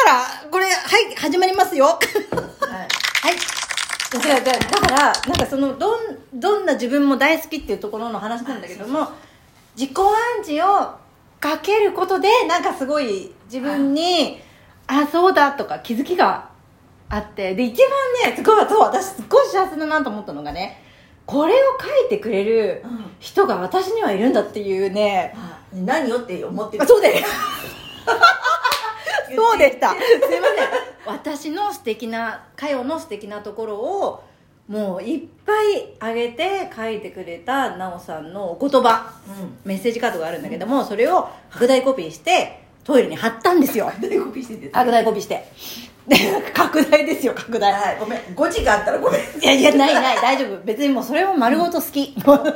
からこれはい始まりますよはい、はい、だからなんかそのどんな自分も大好きっていうところの話なんだけども、自己暗示をかけることでなんかすごい自分にそうだとか気づきがあって、で一番ねすごい私すっごい幸せだなと思ったのがね、これを書いてくれる人が私にはいるんだっていうね、 何よって思ってる。 そうだよそうでした。すいません。私の素敵な佳代の素敵なところをもういっぱいあげて書いてくれたなおさんのお言葉、メッセージカードがあるんだけども、それを拡大コピーしてトイレに貼ったんですよ。 拡大コピーしてです、ね、 拡大コピーしてで拡大ですよ、拡大。 はい、ごめん、5時があったらごめん。 いやない大丈夫、別にもうそれも丸ごと好き、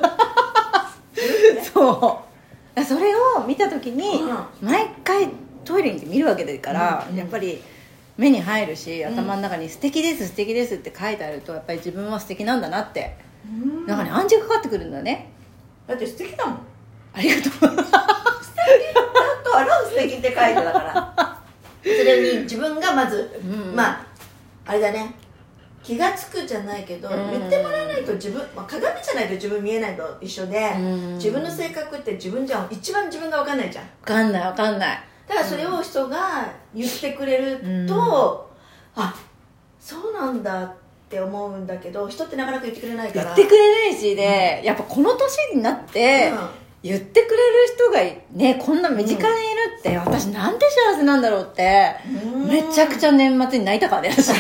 そうそれを見た時に、毎回トイレに見るわけだから、やっぱり目に入るし、頭の中に素敵です素敵ですって書いてあると、やっぱり自分は素敵なんだなって、なんかね暗示がかかってくるんだね。 だって素敵だもん。 ありがとう。素敵だとあら素敵って書いてだからそれに自分がまず、まああれだね、気がつくじゃないけど、言ってもらわないと自分、鏡じゃないと自分見えないと一緒で、自分の性格って自分じゃ一番自分が分かんないじゃん。 分かんない。 だからそれを人が言ってくれると、そうなんだって思うんだけど、人ってなかなか言ってくれないから。 言ってくれないしで、やっぱこの年になって、言ってくれる人がね、こんな身近にいるって、私なんて幸せなんだろうって、めちゃくちゃ年末に泣いたからね、私。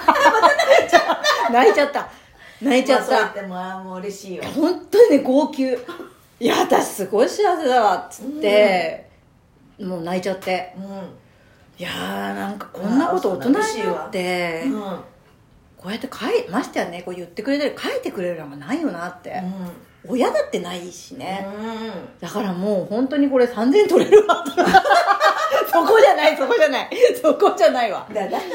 泣いちゃった。そう言ってもう嬉しいよ。 本当にね、号泣。いや、私すごい幸せだわっつって、もう泣いちゃって、いやー、なんかこんなこと大人になって、こうやってましてやね、こう言ってくれたり書いてくれるのがないよなって、親だってないしね、だからもう本当にこれ3000円取れるわそこじゃないわ。 だから、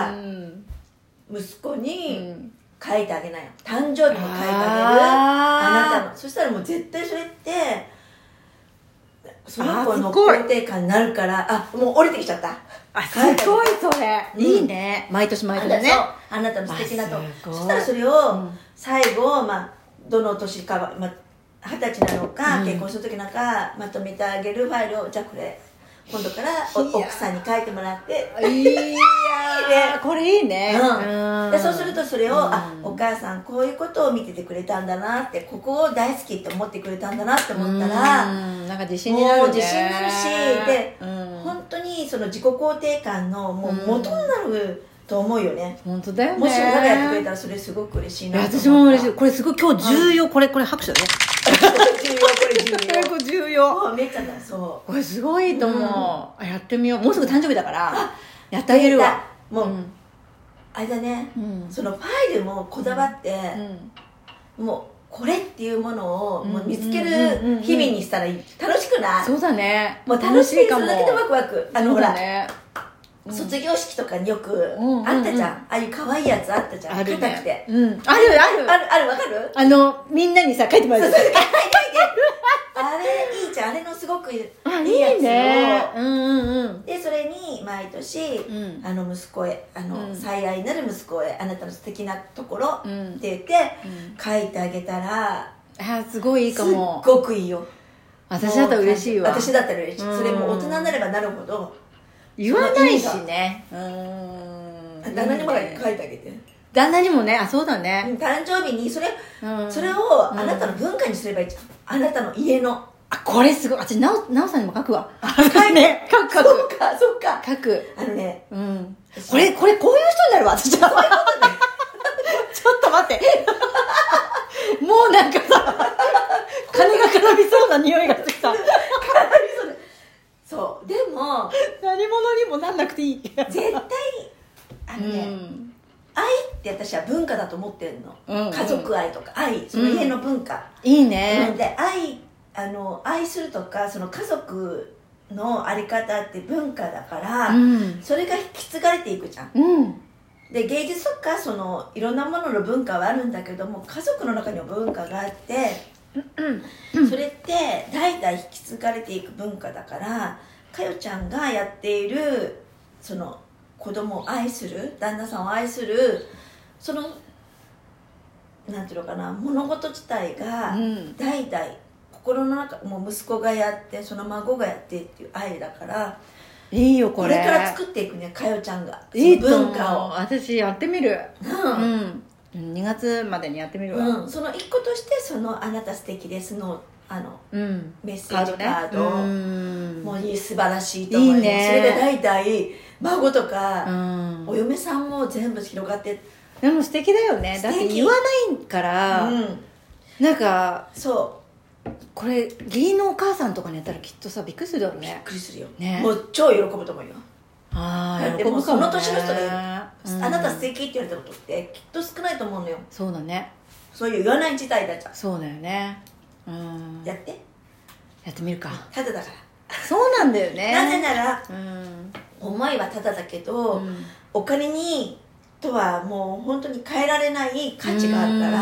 息子に書いてあげなよ、誕生日に書いてあげる、あなたの。そしたらもう絶対それってその子の肯定感になるから。もう降りてきちゃった。 すごいそれ、いいね。毎年ね、 あなたの素敵なと。そしたらそれを最後、どの年か、20歳なのか、結婚する時なんかまとめてあげるファイルを、じゃあこれ今度から奥さんに書いてもらって。 いやこれいいね。 でそうするとそれを、お母さんこういうことを見ててくれたんだなって、ここを大好きって思ってくれたんだなって思ったら、 なんか自信になるね。 もう自信になるし、で、本当にその自己肯定感のもう元になると思うよね。 本当だよね。 もし親がやってくれたらそれすごく嬉しいなと思った。 私も嬉しい。これすごい今日重要。これ拍手だね。これ重要。 めっちゃだ。そう。 これすごいと思う。やってみよう。もうすぐ誕生日だからやってあげるわ。 もうあれだね。そのファイルもこだわって、もうこれっていうものをもう見つける日々にしたら楽しくない？ そうだね。 もう楽しいかも。それだけでワクワク。 ほらね。 卒業式とかによくあったじゃん。ああいう可愛いやつあったじゃん。硬くて。 あるわかる？ みんなにさ書いてもらう。 あれいいじゃん。あれのすごくいいやつを。でそれに毎年息子へ、最愛なる息子へ、あなたの素敵なところって言って書いてあげたら、 すごいいいかも。 すっごくいいよ。 私だったら嬉しいわ。 私だったら嬉しい。それも大人になればなるほど言わないしね。 旦那にも書いてあげて。 旦那にもね。そうだね。 誕生日にそれをあなたの文化にすればいいじゃん。あなたの家の。 これすごい。私なおさんにも書くわ。 書いて。 書く。 そうか。 書く。 これこういう人になるわ。私は。 ちょっと待って。もうなんかさ、金が絡みそうな匂いがしてきた。 そう。でも何者にもなんなくていい。 絶対愛って私は文化だと思ってるの。家族愛とか愛、その家の文化。 いいね。 で愛するとか、その家族のあり方って文化だから、それが引き継がれていくじゃん。で芸術とかそのいろんなものの文化はあるんだけども、家族の中には文化があって、それって代々引き継がれていく文化だから、かよちゃんがやっているその子供を愛する、旦那さんを愛する、そのなんていうのかな、物事自体が代々心の中、もう息子がやってその孫がやってっていう愛だから、 いいよこれ。 これから作っていくね、かよちゃんがいい文化を。 私やってみる。2月までにやってみるわ。 その一個として、そのあなた素敵ですのメッセージカード、もう素晴らしいと思います。それが代々孫とかお嫁さんも全部広がって。 でも素敵だよね。だって言わないから、なんかそうこれ義理のお母さんとかにやったらきっとさ、びっくりするだろうね。 びっくりするよね。もう超喜ぶと思うよ。 でもその年の人であなた素敵って言われたことってきっと少ないと思うのよ。 そうだね。 そういう言わない事態だじゃん。 そうだよね。 やってみるか。 ただだから。 そうなんだよね。 なぜなら思いはただだけど、お金にとはもう本当に変えられない価値があるから。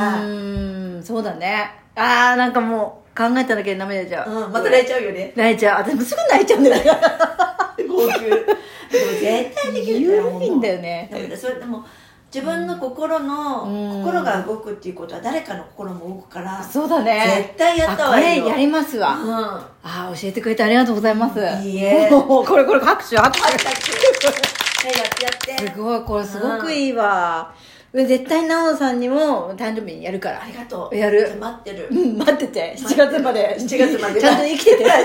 そうだね。なんかもう考えただけで涙出ちゃう。 また泣いちゃうよね。 泣いちゃう。私もすぐ泣いちゃうんだよ。 号泣。でも絶対できるから。 緩いんだよね。 それでも自分の心が動くっていうことは誰かの心も動くから。 そうだね。 絶対やったわよ。 これやりますわ。教えてくれてありがとうございます。 いいえ。 これ拍手。 やってすごい、これすごくいいわ。絶対なおさんにも誕生日にやるから。 ありがとう。 やる。 待ってる。 待ってて。7月まで。 7月まで。 ちゃんと生きてて。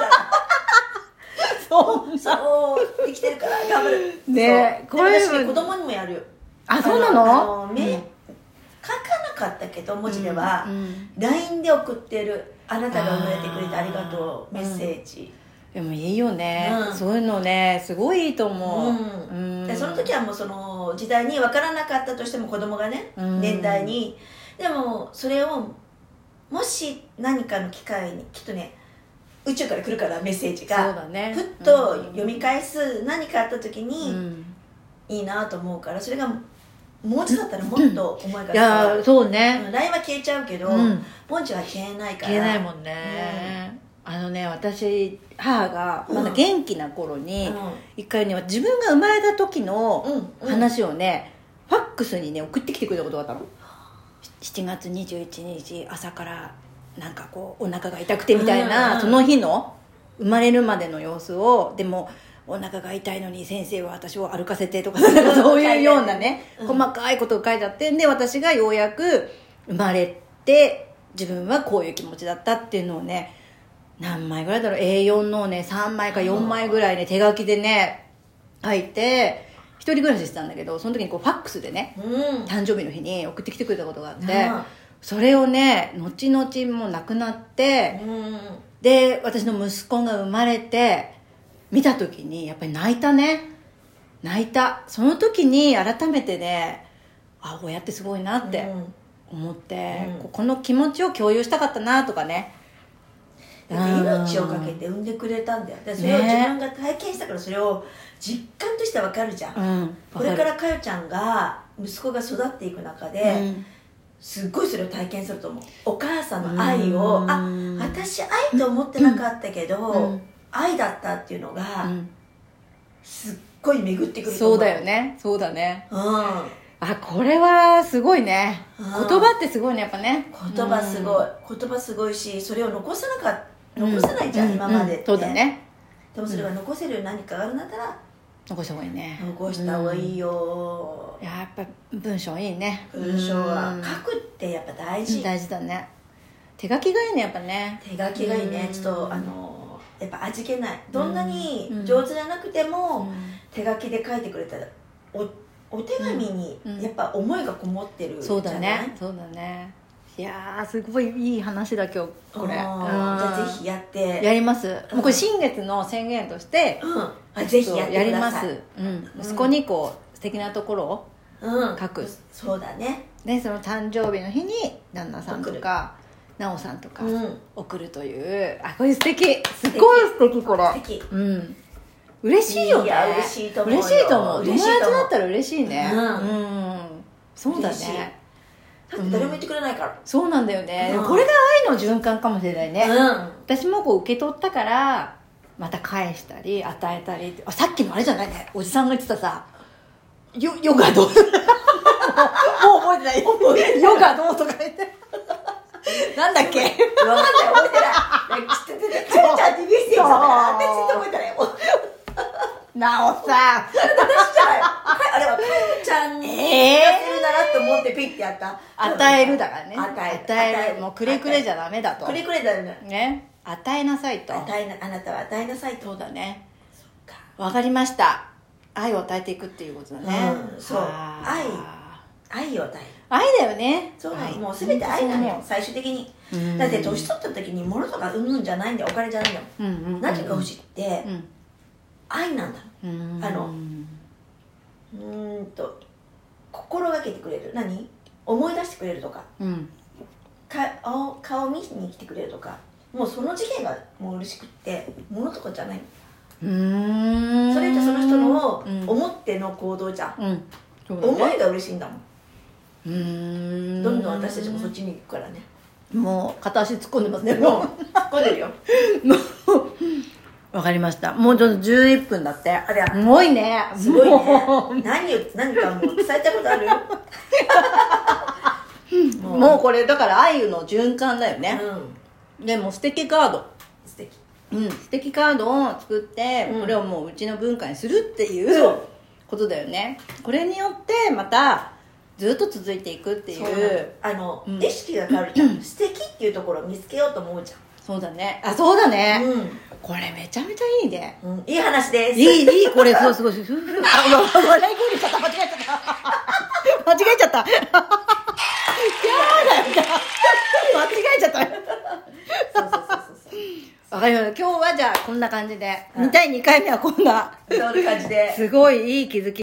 そう生きてるから頑張るね。 これ私子供にもやるよ。 そうなの？ 書かなかったけど文字では LINE で送ってる、あなたが生まれてくれてありがとうメッセージ。 でもいいよね、そういうのね、すごいいいと思う。 でその時はもうその時代に分からなかったとしても、子供がね、年代にでもそれをもし何かの機会にきっとね、宇宙から来るからメッセージが。 そうだね。 ふっと読み返す何かあった時にいいなと思うから、それが文字だったらもっと思いが伝わる。 いやそうね。 LINE は消えちゃうけど、文字は消えないから。 消えないもんね。私母がまだ元気な頃に一回ね、自分が生まれた時の話をね、ファックスにね送ってきてくれたことがあったの。7月21日朝からなんかこうお腹が痛くてみたいな、その日の生まれるまでの様子を、でもお腹が痛いのに先生は私を歩かせてとか、そういうようなね、細かいことが書いてあって、で私がようやく生まれて自分はこういう気持ちだったっていうのをね、何枚ぐらいだろう、 A4 のね3枚か4枚ぐらいね手書きでね書いて、一人暮らししてたんだけど、その時にこうファックスでね、誕生日の日に送ってきてくれたことがあって、それをね後々もう亡くなって、で私の息子が生まれて見た時にやっぱり泣いたね。泣いた。その時に改めてね、親ってすごいなって思って、この気持ちを共有したかったなとかね。 だって命をかけて産んでくれたんだよ。でそれを自分が体験したから、それを実感としてわかるじゃん。これからかよちゃんが息子が育っていく中で、すっごいそれを体験すると思う。お母さんの愛を、私愛と思ってなかったけど、愛だったっていうのが、すっごい巡ってくると思う。 そうだよね。そうだね。これはすごいね。言葉ってすごいね、やっぱね。 言葉すごい。言葉すごいし、それを残さないじゃん、今までって。 そうだね。 でもそれが残せる何かがあるんだったら、 残した方がいいね。 残した方がいいよ。 やっぱ文章いいね。 文章は書くってやっぱ大事。 大事だね。手書きがいいね、やっぱね。 手書きがいいね。ちょっとやっぱ味気ない。どんなに上手じゃなくても、手書きで書いてくれたらお手紙にやっぱ思いがこもってるじゃない？ そうだね。そうだね。いやー、すごいいい話だ今日これ。じゃあぜひやってやります。もうこれ新月の宣言として、 ぜひやってください。 やります。息子にこう素敵なところを書く。 そうだね。 でその誕生日の日に旦那さんとかなおさんとか送るという、これ素敵。すごい素敵これ。 素敵。 嬉しいよね。 いや嬉しいと思う。 嬉しいと思う。友達だったら嬉しいね。そうだね。 だって誰も言ってくれないから。 そうなんだよね。これが愛の循環かもしれないね。私もこう受け取ったからまた返したり与えたり。さっきのあれじゃないね、おじさんが言ってたさ、 ヨガどうもう覚えてないヨガどうとか言ってなんだっけ分かんない覚えてないかよちゃんって見せてよ私覚えてないよなおさん私じゃないあれはかよちゃんにやってるならって思ってピッてやった与えるだからね与えるもうくれくれじゃダメだとくれくれだよね与えなさいとあなたは与えなさいとそうだねわかりました愛を与えていくっていうことだねそう愛を与える愛だよねそうもう全て愛なのよ最終的にだって年取った時に物とかうんぬんじゃないんだよお金じゃないんだよ何が欲しいって愛なんだ心がけてくれる思い出してくれるとか顔見に来てくれるとかもうその次元がもう嬉しくって物とかじゃないそれってその人の思っての行動じゃん、思いが嬉しいんだもんどんどん私たちもそっちに行くからねもう片足突っ込んでますねもう突っ込んでるよわかりましたもうちょっと11分だってあれすごいねすごいね何かもう伝えたことあるもうこれだから愛の循環だよね、でも素敵カード素敵カードを作って、これをもううちの文化にするっていうことだよねこれによってまたずっと続いていくっていう意識が変わるじゃん素敵っていうところを見つけようと思うじゃんそうだねそうだね、これめちゃめちゃいいね、 いい話ですいいこれすごい笑い声にちゃった間違えちゃったやだよ間違えちゃったわかりました今日はじゃあこんな感じで、第2回目はこんなそんな感じですごいいい気づき